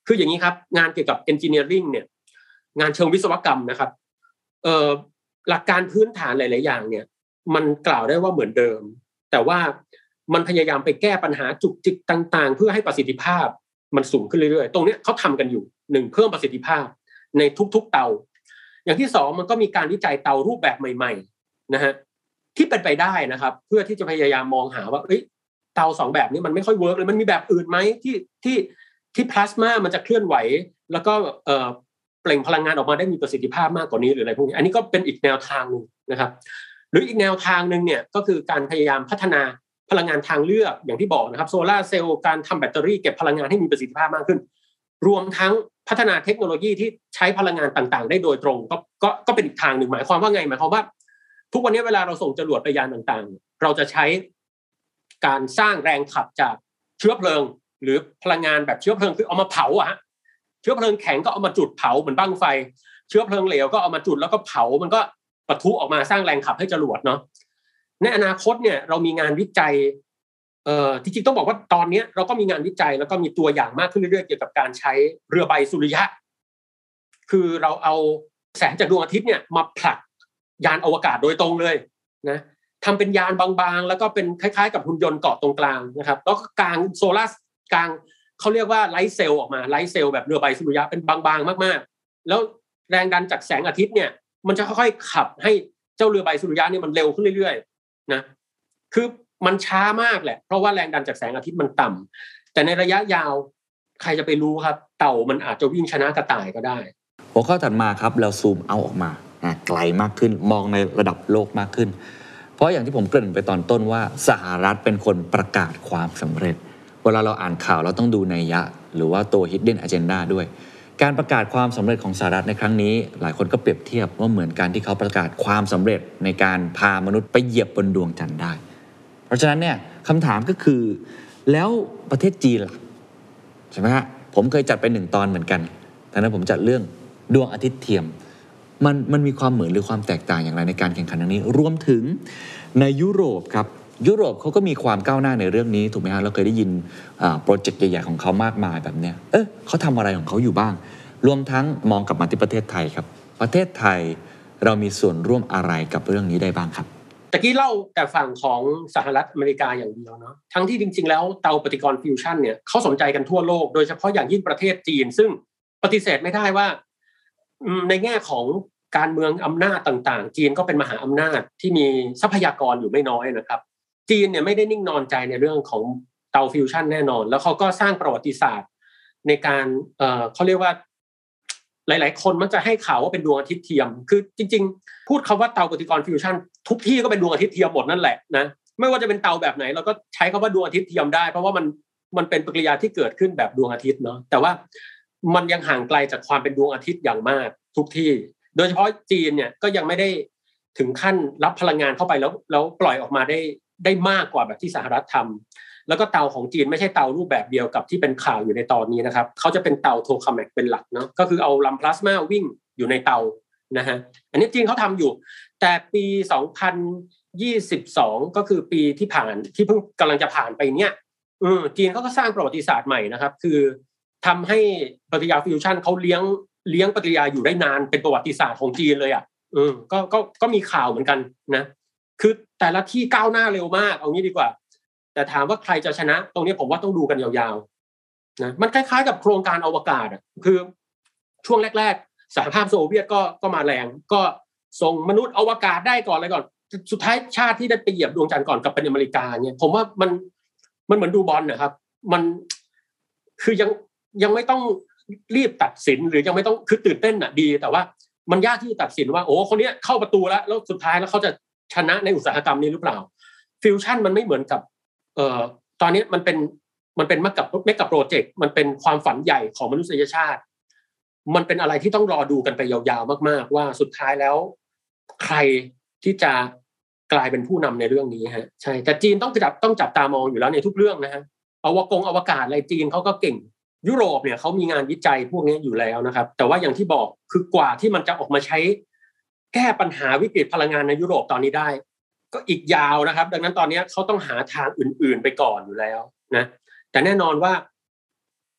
คืออย่างนี้ครับงานเกี่ยวกับ engineering เนี่ยงานเชิงวิศวกรรมนะครับเอ่อหลักการพื้นฐานหลายๆอย่างเนี่ยมันกล่าวได้ว่าเหมือนเดิมแต่ว่ามันพยายามไปแก้ปัญหาจุกจิกต่างๆเพื่อให้ประสิทธิภาพมันสูงขึ้นเรื่อยๆตรงนี้เขาทำกันอยู่หนึ่งเพิ่มประสิทธิภาพในทุกๆเตาอย่างที่สองมันก็มีการวิจัยเตารูปแบบใหม่ๆนะฮะที่เป็นไปได้นะครับเพื่อที่จะพยายามมองหาว่าเอ้ยเตาสองแบบนี้มันไม่ค่อยเวิร์กเลยมันมีแบบอื่นไหมที่ที่ที่พลาสมามันจะเคลื่อนไหวแล้วก็เอ่อเปล่งพลังงานออกมาได้มีประสิทธิภาพมากกว่านี้หรืออะไรพวกนี้อันนี้ก็เป็นอีกแนวทางนึงนะครับหรืออีกแนวทางนึงเนี่ยก็คือการพยายามพัฒนาพลังงานทางเลือกอย่างที่บอกนะครับโซล่าเซลล์การทำแบตเตอรี่เก็บพลังงานให้มีประสิทธิภาพมากขึ้นรวมทั้งพัฒนาเทคโนโลยีที่ใช้พลังงานต่างๆได้โดยตรงก็ก็ก็เป็นอีกทางหนึ่งหมายความว่าไงหมายความว่าทุกวันนี้เวลาเราส่งจรวดไปยานต่างๆเราจะใช้การสร้างแรงขับจากเชื้อเพลิงหรือพลังงานแบบเชื้อเพลิงคือเอามาเผาอะฮะเชื้อเพลิงแข็งก็เอามาจุดเผาเหมือนบั้งไฟเชื้อเพลิงเหลวก็เอามาจุดแล้วก็เผามันก็ปะทุออกมาสร้างแรงขับให้จรวดเนาะในอนาคตเนี่ยเรามีงานวิจัยเอ่อจริงๆต้องบอกว่าตอนนี้เราก็มีงานวิจัยแล้วก็มีตัวอย่างมากขึ้นเรื่อยๆเกี่ยวกับการใช้เรือใบสุริยะคือเราเอาแสงจากดวงอาทิตย์เนี่ยมาผลักยานอวกาศโดยตรงเลยนะทำเป็นยานบางๆแล้วก็เป็นคล้ายๆกับหุ่นยนต์เกาะตรงกลางนะครับแล้วก็กางโซล่ากางเขาเรียกว่าไลท์เซลล์ออกมาไลท์เซลล์แบบเรือใบสุริยะเป็นบางๆมากๆแล้วแรงดันจากแสงอาทิตย์เนี่ยมันจะค่อยๆขับให้เจ้าเรือใบสุริยะเนี่ยมันเร็วขึ้นเรื่อยๆนะคือมันช้ามากแหละเพราะว่าแรงดันจากแสงอาทิตย์มันต่ำแต่ในระยะยาวใครจะไปรู้ครับเต่ามันอาจจะวิ่งชนะกระต่ายก็ได้หัวข้อถัดมาครับเราซูมเอาออกมาไกลมากขึ้นมองในระดับโลกมากขึ้นเพราะอย่างที่ผมเกริ่นไปตอนต้นว่าสหรัฐเป็นคนประกาศความสำเร็จเวลาเราอ่านข่าวเราต้องดูนัยยะหรือว่าตัว hidden agenda ด้วยการประกาศความสำเร็จของสหรัฐในครั้งนี้หลายคนก็เปรียบเทียบว่าเหมือนการที่เขาประกาศความสำเร็จในการพามนุษย์ไปเหยียบบนดวงจันทร์ได้เพราะฉะนั้นเนี่ยคำถามก็คือแล้วประเทศจีนล่ะใช่ไหมฮะผมเคยจัดไปหนึ่งตอนเหมือนกันตอนนั้นผมจัดเรื่องดวงอาทิตย์เทียมมันมันมีความเหมือนหรือความแตกต่างอย่างไรในการแข่งขันครั้งนี้รวมถึงในยุโรปครับยุโรปเขาก็มีความก้าวหน้าในเรื่องนี้ถูกไหมฮะเราเคยได้ยินโปรเจกต์ใหญ่ๆของเขามากมายแบบเนี้ยเออเขาทำอะไรของเขาอยู่บ้างรวมทั้งมองกลับมาที่ประเทศไทยครับประเทศไทยเรามีส่วนร่วมอะไรกับเรื่องนี้ได้บ้างครับตะกี้เล่าแต่ฝั่งของสหรัฐอเมริกาอย่างเดียวเนาะทั้งที่จริงๆแล้วเตาปฏิกรณ์ฟิวชั่นเนี่ยเขาสนใจกันทั่วโลกโดยเฉพาะอย่างยิ่งประเทศจีนซึ่งปฏิเสธไม่ได้ว่าในแง่ของการเมืองอำนาจต่างๆจีนก็เป็นมหาอำนาจที่มีทรัพยากรอยู่ไม่น้อยนะครับจีนเนี่ยไม่ได้นิ่งนอนใจในเรื่องของเตาฟิวชั่นแน่นอนแล้วเขาก็สร้างประวัติศาสตร์ในการเอ่อเขาเรียกว่าหลายๆคนมักจะให้ข่าวว่าเป็นดวงอาทิตย์เทียมคือจริงๆพูดคำว่าเตาปฏิกรณ์ฟิวชั่นทุกที่ก็เป็นดวงอาทิตย์เทียมหมดนั่นแหละนะไม่ว่าจะเป็นเตาแบบไหนเราก็ใช้คำว่าดวงอาทิตย์เทียมได้เพราะว่ามันมันเป็นปฏิกิริยาที่เกิดขึ้นแบบดวงอาทิตย์เนาะแต่ว่ามันยังห่างไกลจากความเป็นดวงอาทิตย์อย่างมากทุกที่โดยเฉพาะจีนเนี่ยก็ยังไม่ได้ถึงขั้นรับพลังงานเข้าไปแล้วแล้วปล่อยออกมาได้ได้มากกว่าแบบที่สหรัฐทำแล้วก็เตาของจีนไม่ใช่เตารูปแบบเดียวกับที่เป็นข่าวอยู่ในตอนนี้นะครับเขาจะเป็นเตาโทคาแมกเป็นหลักเนาะก็คือเอาลำพลาสมาวิ่งอยู่ในเตานะฮะอันนี้จีนเขาทำอยู่แต่ปีสองพันยี่สิบสองก็คือปีที่ผ่านที่เพิ่งกำลังจะผ่านไปเนี่ยอืมจีนเขาก็สร้างประวัติศาสตร์ใหม่นะครับคือทำให้ปฏิกิริยาฟิวชั่นเขาเลี้ยงเลี้ยงปฏิกิริยาอยู่ได้นานเป็นประวัติศาสตร์ของจีนเลยอ่ะอืมก็ก็ก็มีข่าวเหมือนกันนะคือแต่ละที่ก้าวหน้าเร็วมากเอางี้ดีกว่าแต่ถามว่าใครจะชนะตรงนี้ผมว่าต้องดูกันยาวๆนะมันคล้ายๆกับโครงการอวกาศอ่ะคือช่วงแรกๆสหภาพโซเวียตก็ก็มาแรงก็ส่งมนุษย์อวกาศได้ก่อนอะไรก่อนสุดท้ายชาติที่ได้ไปเหยียบดวงจันทร์ก่อนกับเป็นอเมริกาเนี่ยผมว่ามันมันเหมือนดูบอลนะครับมันคือยังยังไม่ต้องรีบตัดสินหรือยังไม่ต้องคือตื่นเต้นน่ะดีแต่ว่ามันยากที่จะตัดสินว่าโอ้คนนี้เข้าประตูแล้วแล้วสุดท้ายแล้วเขาจะชนะในอุตสาหกรรมนี้หรือเปล่าฟิวชั่นมันไม่เหมือนกับเอ่อตอนนี้มันเป็นมันเป็นเมกะเมกะโปรเจกต์มันเป็นความฝันใหญ่ของมนุษยชาติมันเป็นอะไรที่ต้องรอดูกันไปยาวๆมากๆว่าสุดท้ายแล้วใครที่จะกลายเป็นผู้นำในเรื่องนี้ฮะใช่แต่จีนต้องจับต้องจับตามองอยู่แล้วในทุกเรื่องนะฮะอวกงอวกาศอะไรจีนเขาก็เก่งยุโรปเนี่ยเขามีงานวิจัยพวกนี้อยู่แล้วนะครับแต่ว่าอย่างที่บอกคือกว่าที่มันจะออกมาใช้แก้ปัญหาวิกฤตพลังงานในยุโรปตอนนี้ได้ก็อีกยาวนะครับดังนั้นตอนนี้เขาต้องหาทางอื่นๆไปก่อนอยู่แล้วนะแต่แน่นอนว่า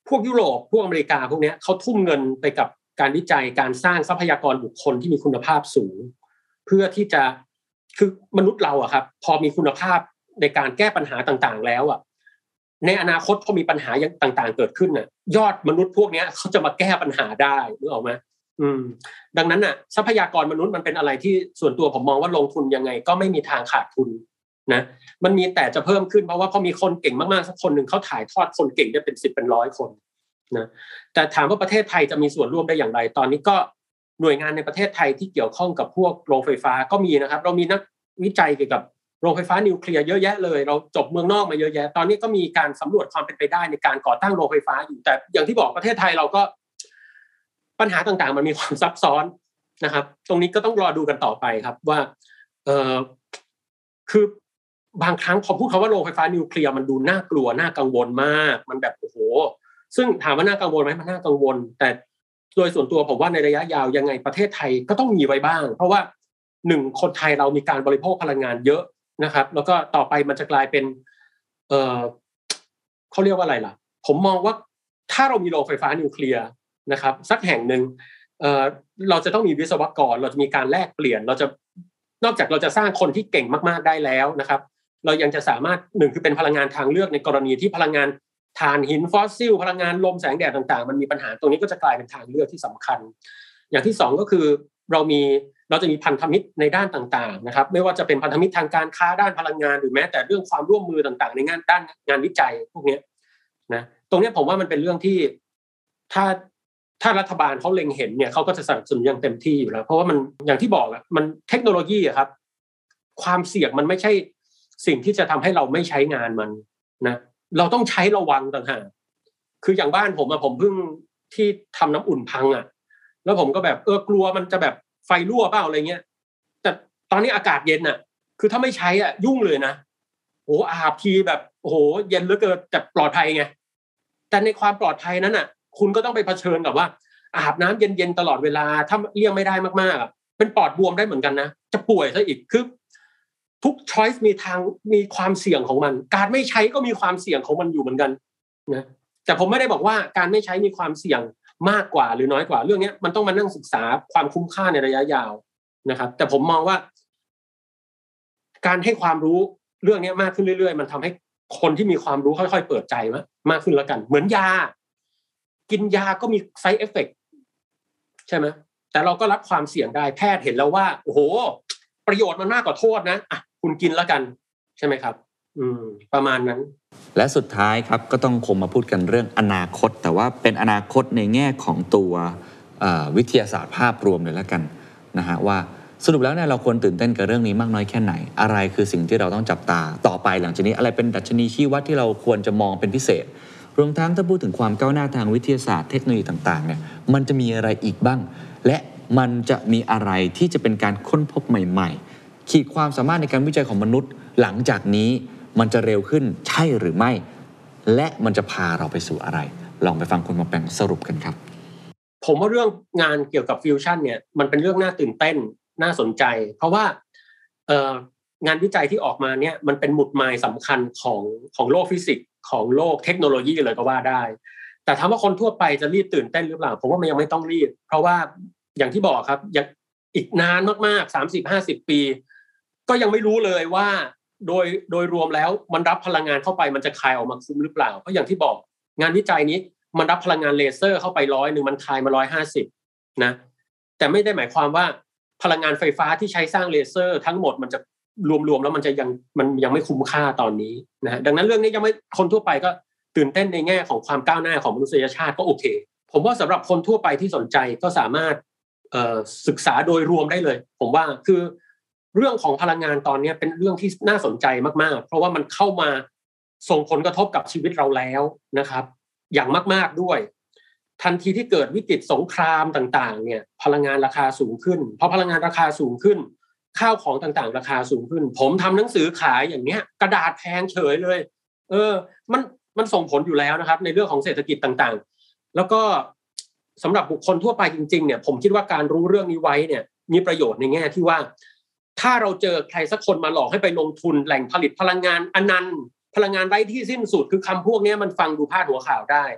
พวกยุโรปพวกอเมริกาพวกนี้เขาทุ่มเงินไปกับการวิจัยการสร้างทรัพยากรบุคคลที่มีคุณภาพสูงเพื่อที่จะคือมนุษย์เราอะครับพอมีคุณภาพในการแก้ปัญหาต่างๆแล้วอะในอนาคตพอมีปัญหาอย่างต่างๆเกิดขึ้นน่ะยอดมนุษย์พวกนี้เขาจะมาแก้ปัญหาได้นึกออกไหมอืมดังนั้นน่ะทรัพยากรมนุษย์มันเป็นอะไรที่ส่วนตัวผมมองว่าลงทุนยังไงก็ไม่มีทางขาดทุนนะมันมีแต่จะเพิ่มขึ้นเพราะว่าพอมีคนเก่งมากๆสักคนหนึ่งเขาถ่ายทอดคนเก่งได้เป็นสิบเป็นร้อยคนนะแต่ถามว่าประเทศไทยจะมีส่วนร่วมได้อย่างไรตอนนี้ก็หน่วยงานในประเทศไทยที่เกี่ยวข้องกับพวกโรงไฟฟ้าก็มีนะครับเรามีนักวิจัยเกี่ยวกับโรงไฟฟ้านิวเคลียร์เยอะแยะเลยเราจบเมืองนอกมาเยอะแยะตอนนี้ก็มีการสำรวจความเป็นไปได้ในการก่อตั้งโรงไฟฟ้าอยู่แต่อย่างที่บอกประเทศไทยเราก็ปัญหาต่างๆมันมีความซับซ้อนนะครับตรงนี้ก็ต้องรอดูกันต่อไปครับว่าเออคือบางครั้งพอพูดคำว่าโรงไฟฟ้านิวเคลียร์มันดูน่ากลัวน่ากังวลมากมันแบบโอ้โหซึ่งถามว่าน่ากังวลไหมมันน่ากังวลแต่โดยส่วนตัวผมว่าในระยะยาวยังไงประเทศไทยก็ต้องมีไว้บ้างเพราะว่าหนึ่งคนไทยเรามีการบริโภคพลังงานเยอะนะครับแล้วก็ต่อไปมันจะกลายเป็นเอ่อเขาเรียกว่าอะไรล่ะผมมองว่าถ้าเรามีโรงไฟฟ้านิวเคลียร์นะครับสักแห่งหนึ่งเอ่อเราจะต้องมีวิศวกรเราจะมีการแลกเปลี่ยนเราจะนอกจากเราจะสร้างคนที่เก่งมากๆได้แล้วนะครับเรายังจะสามารถหนึ่งคือเป็นพลังงานทางเลือกในกรณีที่พลังงานถ่านหินฟอสซิลพลังงานลมแสงแดดต่างๆมันมีปัญหาตรงนี้ก็จะกลายเป็นทางเลือกที่สำคัญอย่างที่สองก็คือเรามีเราจะมีพันธมิตรในด้านต่างๆนะครับไม่ว่าจะเป็นพันธมิตรทางการค้าด้านพลังงานหรือแม้แต่เรื่องความร่วมมือต่างๆในงานด้านงานวิจัยพวกนี้นะตรงนี้ผมว่ามันเป็นเรื่องที่ถ้าถ้ารัฐบาลเขาเล็งเห็นเนี่ยเขาก็จะสนับสนุนอย่างเต็มที่อยู่แล้วเพราะว่ามันอย่างที่บอกอ่ะมันเทคโนโลยีอะครับความเสี่ยงมันไม่ใช่สิ่งที่จะทำให้เราไม่ใช้งานมันนะเราต้องใช้ระวังต่างหากคืออย่างบ้านผมอะผมเพิ่งที่ทำน้ำอุ่นพังอะแล้วผมก็แบบเออกลัวมันจะแบบไฟรั่วเปล่าอะไรเงี้ยแต่ตอนนี้อากาศเย็นอะคือถ้าไม่ใช้อะยุ่งเลยนะโอ้อาบทีแบบโอ้โหเย็นเหลือเกินแต่ปลอดภัยไงแต่ในความปลอดภัยนั้นอะคุณก็ต้องไปเผชิญกับว่าอาบน้ำเย็นๆตลอดเวลาถ้าเลี่ยงไม่ได้มากๆเป็นปอดบวมได้เหมือนกันนะจะป่วยซะอีกคือทุกช้อยส์มีทางมีความเสี่ยงของมันการไม่ใช้ก็มีความเสี่ยงของมันอยู่เหมือนกันนะแต่ผมไม่ได้บอกว่าการไม่ใช้มีความเสี่ยงมากกว่าหรือน้อยกว่าเรื่องนี้มันต้องมานั่งศึกษาความคุ้มค่าในระยะยาวนะครับแต่ผมมองว่าการให้ความรู้เรื่องนี้มากขึ้นเรื่อยๆมันทำให้คนที่มีความรู้ค่อยๆเปิดใจมากขึ้นแล้วกันเหมือนยากินยาก็มี side effect ใช่ไหมแต่เราก็รับความเสี่ยงได้แพทย์เห็นแล้วว่าโอ้โหประโยชน์มันมากกว่าโทษนะอ่ะคุณกินแล้วกันใช่ไหมครับอืมประมาณนั้นและสุดท้ายครับก็ต้องคงมาพูดกันเรื่องอนาคตแต่ว่าเป็นอนาคตในแง่ของตัววิทยาศาสตร์ภาพรวมเลยแล้วกันนะฮะว่าสรุปแล้วเนี่ยเราควรตื่นเต้นกับเรื่องนี้มากน้อยแค่ไหนอะไรคือสิ่งที่เราต้องจับตาต่อไปหลังจากนี้อะไรเป็นดัชนีชี้วัดที่เราควรจะมองเป็นพิเศษรวมทั้งถ้าพูดถึงความก้าวหน้าทางวิทยาศาสตร์เทคโนโลยีต่างๆเนี่ยมันจะมีอะไรอีกบ้างและมันจะมีอะไรที่จะเป็นการค้นพบใหม่ๆขีดความสามารถในการวิจัยของมนุษย์หลังจากนี้มันจะเร็วขึ้นใช่หรือไม่และมันจะพาเราไปสู่อะไรลองไปฟังคุณหมอแปงสรุปกันครับผมว่าเรื่องงานเกี่ยวกับฟิวชั่นเนี่ยมันเป็นเรื่องน่าตื่นเต้นน่าสนใจเพราะว่าเอ่องานวิจัยที่ออกมาเนี่ยมันเป็นหมุดหมายสำคัญของของโลกฟิสิกส์ของโลกเทคโนโลยีเลยก็ว่าได้แต่ถามว่าคนทั่วไปจะรีบตื่นเต้นหรือเปล่าผมว่ามันยังไม่ต้องรีบเพราะว่าอย่างที่บอกครับยังอีกนานมากๆ สามสิบ ห้าสิบ ปีก็ยังไม่รู้เลยว่าโดยโดยรวมแล้วมันรับพลังงานเข้าไปมันจะคายออกมาคุ้มหรือเปล่าเพราะอย่างที่บอกงานวิจัยนี้มันรับพลังงานเลเซอร์เข้าไปร้อยนึงมันคายมาหนึ่งร้อยห้าสิบนะแต่ไม่ได้หมายความว่าพลังงานไฟฟ้าที่ใช้สร้างเลเซอร์ทั้งหมดมันจะรวมๆแล้วมันจะยังมันยังไม่คุ้มค่าตอนนี้นะฮะดังนั้นเรื่องนี้ยังไม่คนทั่วไปก็ตื่นเต้นในแง่ของความก้าวหน้าของมนุษยชาติก็โอเคผมว่าสำหรับคนทั่วไปที่สนใจก็สามารถเอ่อศึกษาโดยรวมได้เลยผมว่าคือเรื่องของพลังงานตอนนี้เป็นเรื่องที่น่าสนใจมากๆเพราะว่ามันเข้ามาส่งผลกระทบกับชีวิตเราแล้วนะครับอย่างมากๆด้วยทันทีที่เกิดวิกฤตสงครามต่างๆเนี่ยพลังงานราคาสูงขึ้นพอพลังงานราคาสูงขึ้นข้าวของต่างๆราคาสูงขึ้นผมทำหนังสือขายอย่างเนี้ยกระดาษแพงเฉยเลยเออมันมันส่งผลอยู่แล้วนะครับในเรื่องของเศรษฐกิจต่างๆแล้วก็สำหรับบุคคลทั่วไปจริงๆเนี่ยผมคิดว่าการรู้เรื่องนี้ไว้เนี่ยมีประโยชน์ในแง่ที่ว่าถ้าเราเจอใครสักคนมาหลอกให้ไปลงทุนแหล่งผลิตพลังงานอนันต์พลังงานไร้ที่สิ้นสุดคือคำพวกนี้มันฟังดูพาดหัวข่าวได้แต่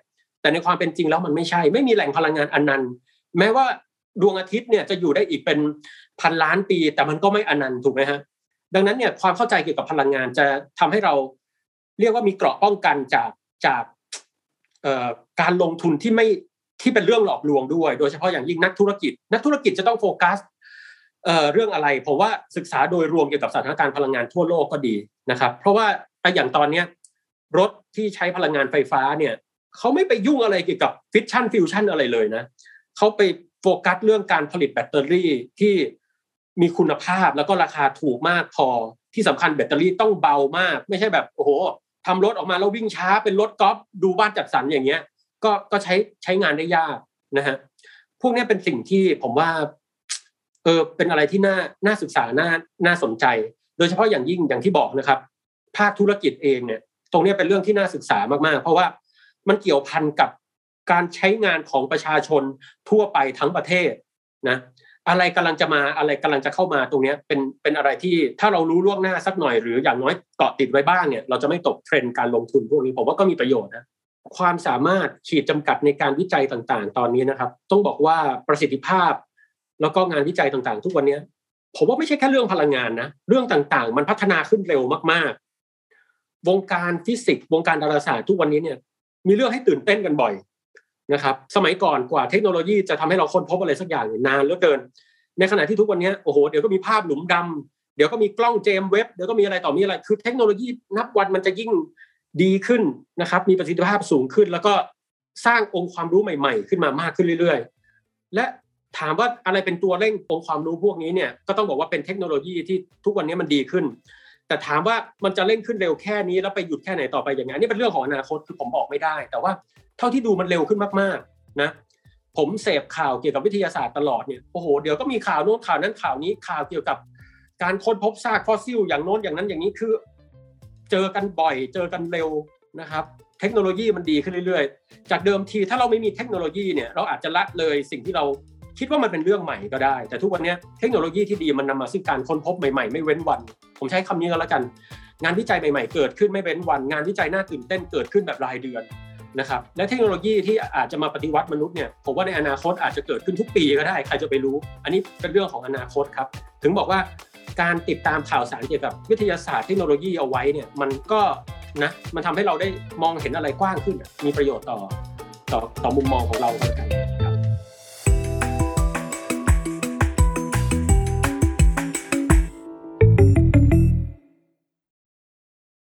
แต่ในความเป็นจริงแล้วมันไม่ใช่ไม่มีแหล่งพลังงานอนันต์แม้ว่าดวงอาทิตย์เนี่ยจะอยู่ได้อีกเป็นพันล้านปีแต่มันก็ไม่อนันต์ถูกไหมฮะดังนั้นเนี่ยความเข้าใจเกี่ยวกับพลังงานจะทำให้เราเรียกว่ามีเกราะป้องกันจากจากเอ่อการลงทุนที่ไม่ที่เป็นเรื่องหลอกลวงด้วยโดยเฉพาะอย่างยิ่งนักธุรกิจนักธุรกิจจะต้องโฟกัสเอ่อเรื่องอะไรผมว่าศึกษาโดยรวมเกี่ยวกับสถานการณ์พลังงานทั่วโลกก็ดีนะครับเพราะว่าอย่างตอนนี้รถที่ใช้พลังงานไฟฟ้าเนี่ยเขาไม่ไปยุ่งอะไรเกี่ยวกับฟิชชั่นฟิวชั่นอะไรเลยนะเขาไปโฟกัสเรื่องการผลิตแบตเตอรี่ที่มีคุณภาพแล้วก็ราคาถูกมากพอที่สำคัญแบตเตอรี่ต้องเบามากไม่ใช่แบบโอ้โหทำรถออกมาแล้ววิ่งช้าเป็นรถกอล์ฟดูบ้านจัดสรรอย่างเงี้ยก็ก็ใช้ใช้งานได้ยากนะฮะพวกนี้เป็นสิ่งที่ผมว่าเออเป็นอะไรที่น่าน่าศึกษาน่าน่าสนใจโดยเฉพาะอย่างยิ่งอย่างที่บอกนะครับภาคธุรกิจเองเนี่ยตรงนี้เป็นเรื่องที่น่าศึกษามากๆเพราะว่ามันเกี่ยวพันกับการใช้งานของประชาชนทั่วไปทั้งประเทศนะอะไรกำลังจะมาอะไรกำลังจะเข้ามาตรงนี้เป็นเป็นอะไรที่ถ้าเรารู้ล่วงหน้าสักหน่อยหรืออย่างน้อยเกาะติดไว้บ้างเนี่ยเราจะไม่ตกเทรนด์การลงทุนพวกนี้ผมว่าก็มีประโยชน์นะความสามารถขีดจำกัดในการวิจัยต่างๆตอนนี้นะครับต้องบอกว่าประสิทธิภาพแล้วก็งานวิจัยต่างๆทุกวันนี้ผมว่าไม่ใช่แค่เรื่องพลังงานนะเรื่องต่างๆมันพัฒนาขึ้นเร็วมากๆวงการฟิสิกส์วงการดาราศาสตร์ทุกวันนี้เนี่ยมีเรื่องให้ตื่นเต้นกันบ่อยนะครับสมัยก่อนกว่าเทคโนโลยีจะทำให้เราค้นพบอะไรสักอย่างนานเหลือเกินในขณะที่ทุกวันนี้โอ้โหเดี๋ยวก็มีภาพหลุมดำเดี๋ยวก็มีกล้องเจมส์เว็บเดี๋ยวก็มีอะไรต่อมีอะไรคือเทคโนโลยีนับวันมันจะยิ่งดีขึ้นนะครับมีประสิทธิภาพสูงขึ้นแล้วก็สร้างองค์ความรู้ใหม่ๆขึ้นมามากขึ้นเรื่อยๆและถามว่าอะไรเป็นตัวเร่งองค์ความรู้พวกนี้เนี่ยก็ต้องบอกว่าเป็นเทคโนโลยีที่ทุกวันนี้มันดีขึ้นแต่ถามว่ามันจะเร่งขึ้นเร็วแค่นี้แล้วไปหยุดแค่ไหนต่อไปอย่างไงนี่เป็นเรื่องของอนาคตคือผมบอกไม่ได้แต่ว่าเท่าที่ดูมันเร็วขึ้นมากๆนะผมเสพข่าวเกี่ยวกับวิทยาศาสตร์ตลอดเนี่ยโอ้โหเดี๋ยวก็มีข่าวโน้นข่าวนั้นข่าวนี้ข่าวเกี่ยวกับการค้นพบซากฟอสซิลอย่างโน้นอย่างนั้นอย่างนี้คือเจอกันบ่อยเจอกันเร็วนะครับเทคโนโลยีมันดีขึ้นเรื่อยๆจากเดิมทีถ้าเราไม่มีเทคโนโลยีเนี่ยเราอาจจะละเลยสิ่งที่เราคิดว่ามันเป็นเรื่องใหม่ก็ได้แต่ทุกวันนี้เทคโนโลยีที่ดีมันนำมาซึ่งการค้นพบใหม่ๆไม่เว้นวันผมใช้คำนี้ก็แล้วกันงานวิจัยใหม่ๆเกิดขึ้นไม่เว้นวันงานวิจัยน่าตื่นเต้นเกิดขึ้นแบบรายเดือนนะครับและเทคโนโลยีที่อาจจะมาปฏิวัติมนุษย์เนี่ยผมว่าในอนาคตอาจจะเกิดขึ้นทุกปีก็ได้ใครจะไปรู้อันนี้เป็นเรื่องของอนาคตครับถึงบอกว่าการติดตามข่าวสารเกี่ยวกับวิทยาศาสตร์เทคโนโลยีเอาไว้เนี่ยมันก็นะมันทำให้เราได้มองเห็นอะไรกว้างขึ้นมีประโยชน์ต่อต่อต่อมุมมองของเราเหมือนกัน